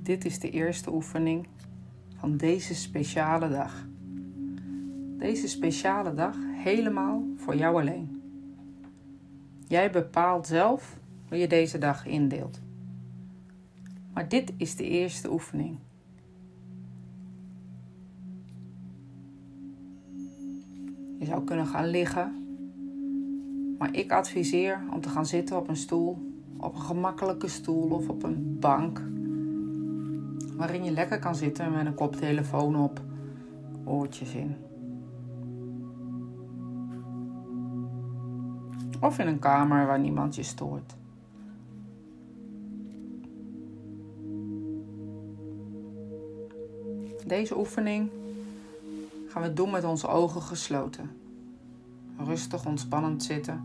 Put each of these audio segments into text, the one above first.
Dit is de eerste oefening van deze speciale dag. Deze speciale dag helemaal voor jou alleen. Jij bepaalt zelf hoe je deze dag indeelt. Maar dit is de eerste oefening. Je zou kunnen gaan liggen, maar ik adviseer om te gaan zitten op een stoel, op een gemakkelijke stoel of op een bank, waarin je lekker kan zitten met een koptelefoon op, oortjes in. Of in een kamer waar niemand je stoort. Deze oefening gaan we doen met onze ogen gesloten. Rustig ontspannend zitten.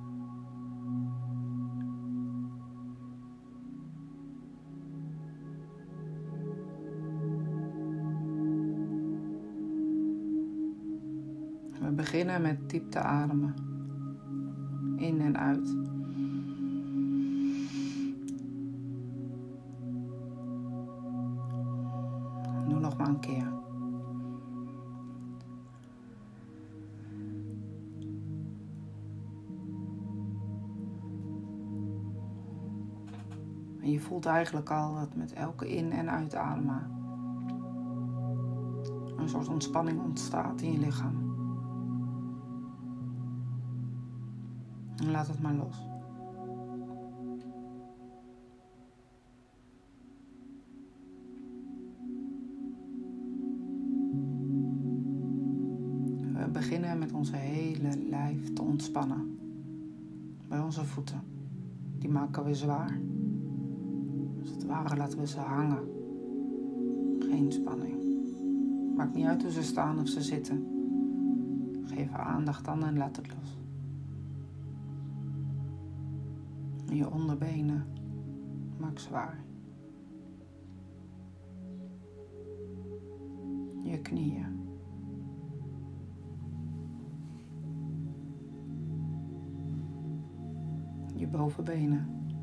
We beginnen met diep te ademen. In en uit. Doe nog maar een keer. En je voelt eigenlijk al dat met elke in- en uitademen een soort ontspanning ontstaat in je lichaam. En laat het maar los. We beginnen met onze hele lijf te ontspannen. Bij onze voeten. Die maken we zwaar. Als het ware laten we ze hangen. Geen spanning. Maakt niet uit hoe ze staan of ze zitten. Geef er aandacht aan en laat het los. En je onderbenen maak zwaar. Je knieën. Je bovenbenen.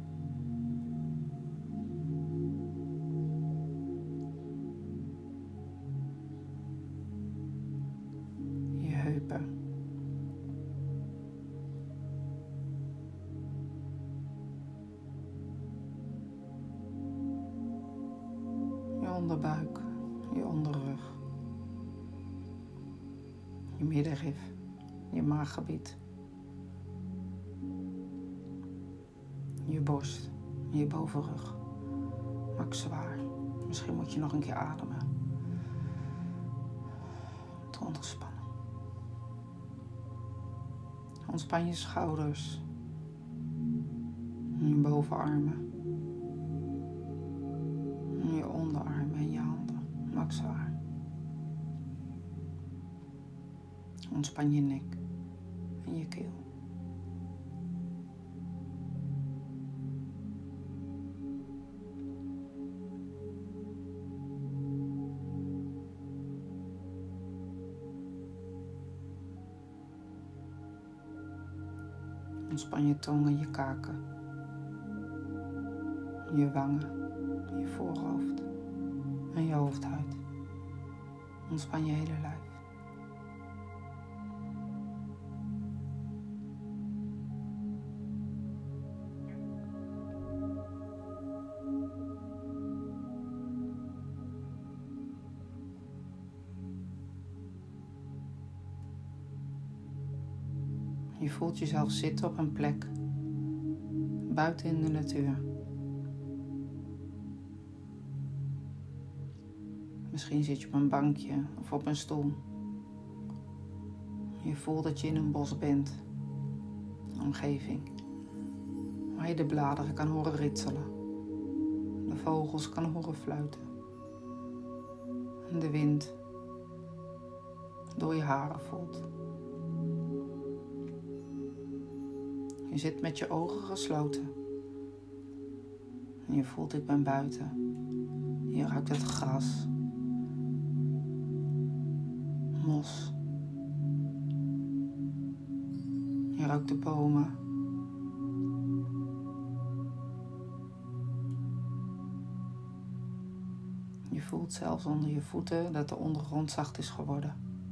Je heupen. Je onderbuik, je onderrug. Je middenrif, je maaggebied. Je borst, je bovenrug. Maak zwaar. Misschien moet je nog een keer ademen. Te ontspannen. Ontspan je schouders. Je bovenarmen. Je onderarmen en je handen. Maak zwaar. Ontspan je nek en je keel. Ontspan je tong en je kaken. Je wangen, je voorhoofd en je hoofdhuid. Ontspan je hele lijf. Je voelt jezelf zitten op een plek buiten in de natuur. Misschien zit je op een bankje of op een stoel. Je voelt dat je in een bos bent, een omgeving, waar je de bladeren kan horen ritselen, de vogels kan horen fluiten en de wind door je haren voelt. Je zit met je ogen gesloten en je voelt ik ben buiten. Je ruikt het gras, mos. Je ruikt de bomen. voelt zelfs onder je voeten dat de ondergrond zacht is geworden.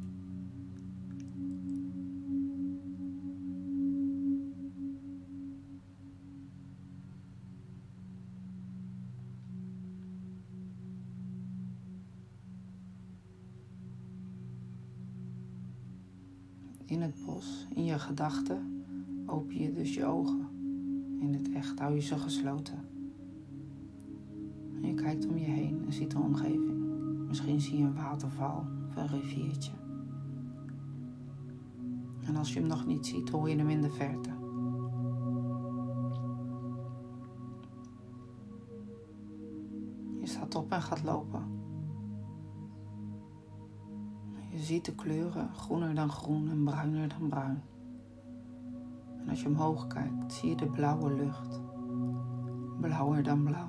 In het bos, in je gedachten, open je dus je ogen. In het echt hou je ze gesloten. En je kijkt om je heen en ziet de omgeving. Misschien zie je een waterval of een riviertje. En als je hem nog niet ziet, hoor je hem in de verte. Je staat op en gaat lopen. Je ziet de kleuren groener dan groen en bruiner dan bruin. En als je omhoog kijkt, zie je de blauwe lucht. Blauwer dan blauw.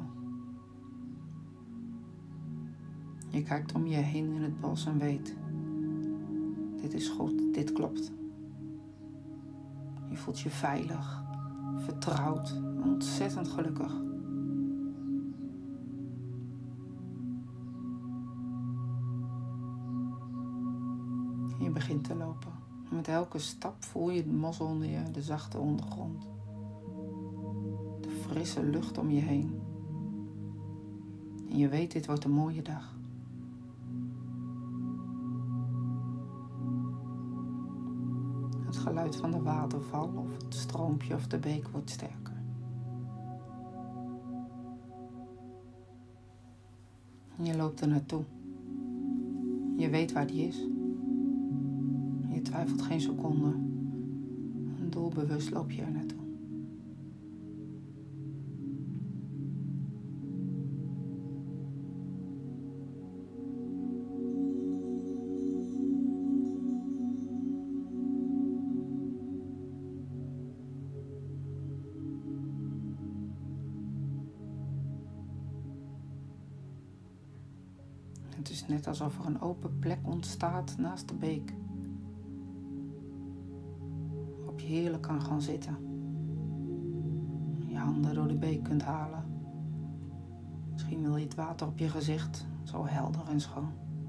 Je kijkt om je heen in het bos en weet, dit is goed, dit klopt. Je voelt je veilig, vertrouwd en ontzettend gelukkig. Je begint te lopen. En met elke stap voel je het mos onder je, de zachte ondergrond. De frisse lucht om je heen. En je weet, dit wordt een mooie dag. Het geluid van de waterval of het stroompje of de beek wordt sterker. En je loopt er naartoe. Je weet waar die is. Je twijfelt geen seconde. En doelbewust loop je er naartoe. Het is net alsof er een open plek ontstaat naast de beek. Waarop je heerlijk kan gaan zitten. Je handen door de beek kunt halen. Misschien wil je het water op je gezicht, zo helder en schoon.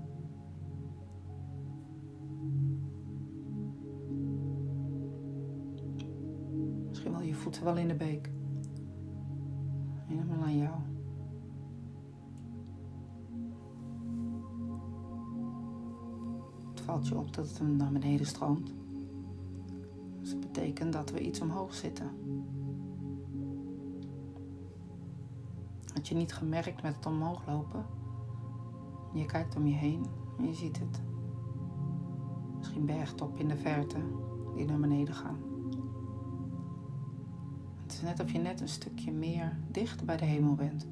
Misschien wil je voeten wel in de beek. Helemaal aan jou. Het valt je op dat het naar beneden stroomt. Dus dat betekent dat we iets omhoog zitten. Had je niet gemerkt met het omhoog lopen? Je kijkt om je heen en je ziet het. Misschien bergtop in de verte die naar beneden gaan. Het is net of je net een stukje meer dicht bij de hemel bent.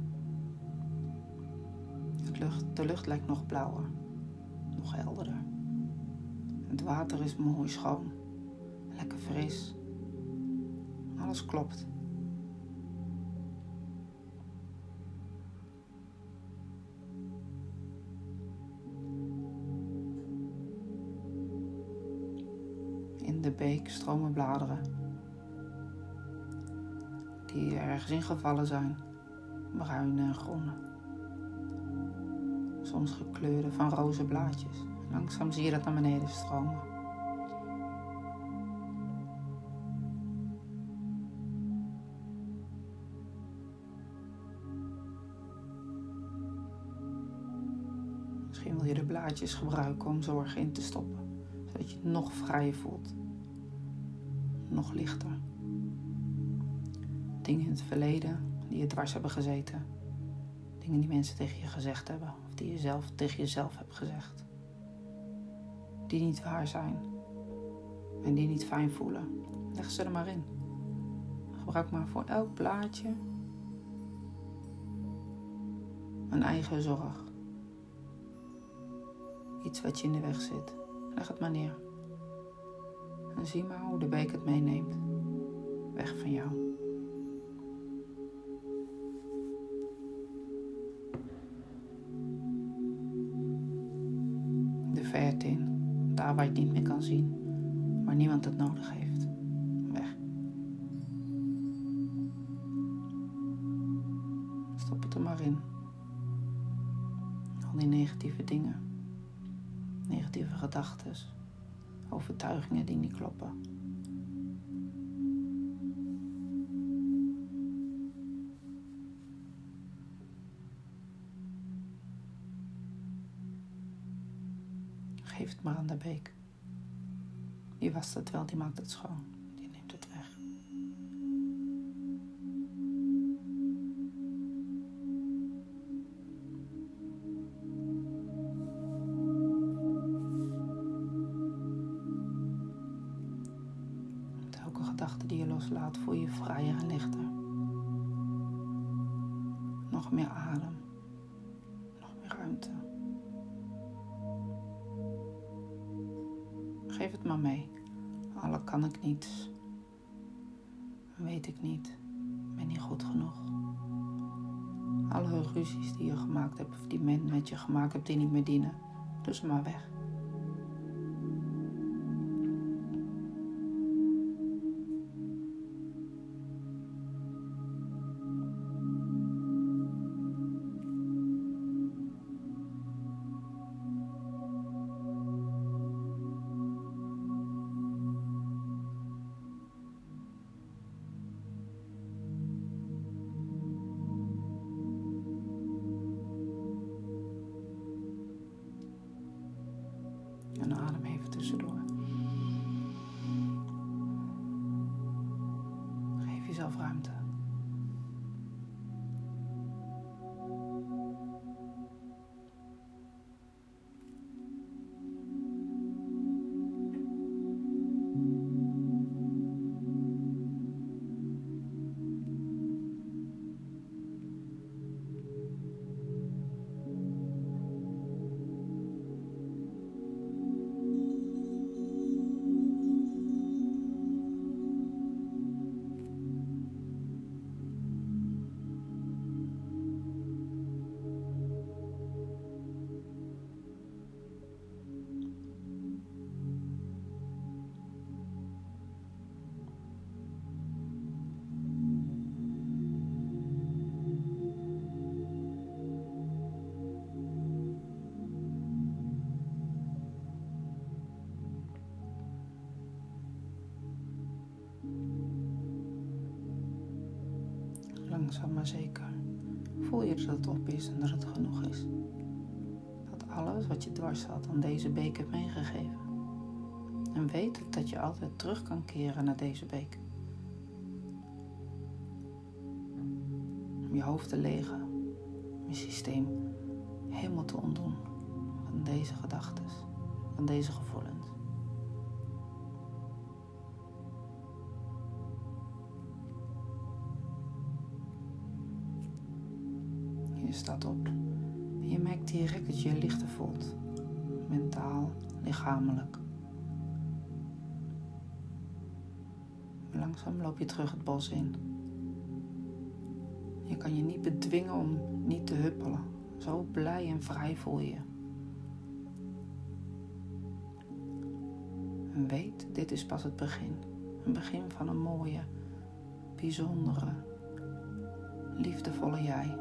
De lucht lijkt nog blauwer, nog helderder. Het water is mooi schoon, lekker fris. Alles klopt. In de beek stromen bladeren die ergens in gevallen zijn, bruine en groene. Soms gekleurde van roze blaadjes. Langzaam zie je dat naar beneden stromen. Misschien wil je de blaadjes gebruiken om zorgen in te stoppen, zodat je het nog vrijer voelt. Nog lichter. Dingen in het verleden die je dwars hebben gezeten. Dingen die mensen tegen je gezegd hebben. Of die je zelf tegen jezelf hebt gezegd. Die niet waar zijn. En die niet fijn voelen. Leg ze er maar in. Gebruik maar voor elk blaadje een eigen zorg. Iets wat je in de weg zit. Leg het maar neer. En zie maar hoe de beek het meeneemt. Weg van jou. De verte in. Daar waar je het niet meer kan zien. Waar niemand het nodig heeft. Weg. Stop het er maar in. van die negatieve dingen. Negatieve gedachten. Overtuigingen die niet kloppen. Geef het maar aan de beek. Die wast het wel, die maakt het schoon. Die neemt het weg. Met elke gedachte die je loslaat voel je je vrijer en lichter. Nog meer adem. Nog meer ruimte. Geef het maar mee. Alle kan ik niet. Weet ik niet. Ben niet goed genoeg. Alle ruzies die je gemaakt hebt, of die men met je gemaakt hebt, die niet meer dienen. Doe ze maar weg. En adem even tussendoor. Geef jezelf ruimte. Langzaam maar zeker voel je dat het op is en dat het genoeg is. Dat alles wat je dwars zat aan deze beek hebt meegegeven. En weet dat je altijd terug kan keren naar deze beek. Om je hoofd te legen. Om je systeem helemaal te ontdoen van deze gedachten. Van deze gevoelens. Je staat op en je merkt direct dat je je lichter voelt. Mentaal, lichamelijk. Langzaam loop je terug het bos in. Je kan je niet bedwingen om niet te huppelen. Zo blij en vrij voel je. En weet, dit is pas het begin. Een begin van een mooie, bijzondere, liefdevolle jij.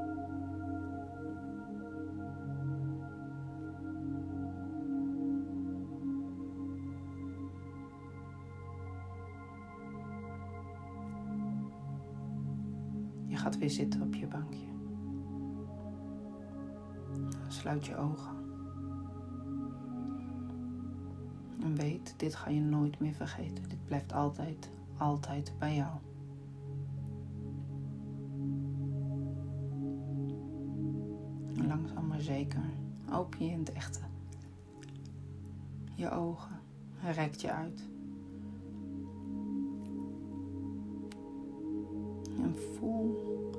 Je gaat weer zitten op je bankje. Sluit je ogen. En weet, dit ga je nooit meer vergeten. Dit blijft altijd, altijd bij jou. En langzaam maar zeker open je in het echte. Je ogen. En rekt je uit. En voel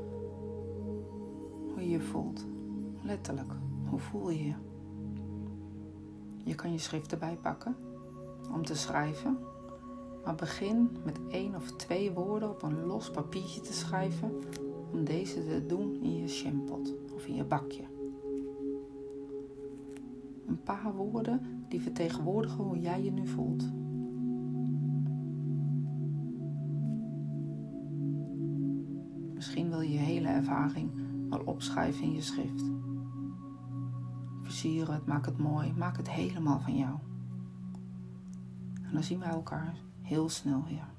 hoe je je voelt. Letterlijk, hoe voel je je? Je kan je schrift erbij pakken om te schrijven. Maar begin met 1 of 2 woorden op een los papiertje te schrijven. Om deze te doen in je shamepot of in je bakje. Een paar woorden die vertegenwoordigen hoe jij je nu voelt. Misschien wil je je hele ervaring wel opschrijven in je schrift. versier het, maak het mooi, maak het helemaal van jou. En dan zien wij elkaar heel snel weer.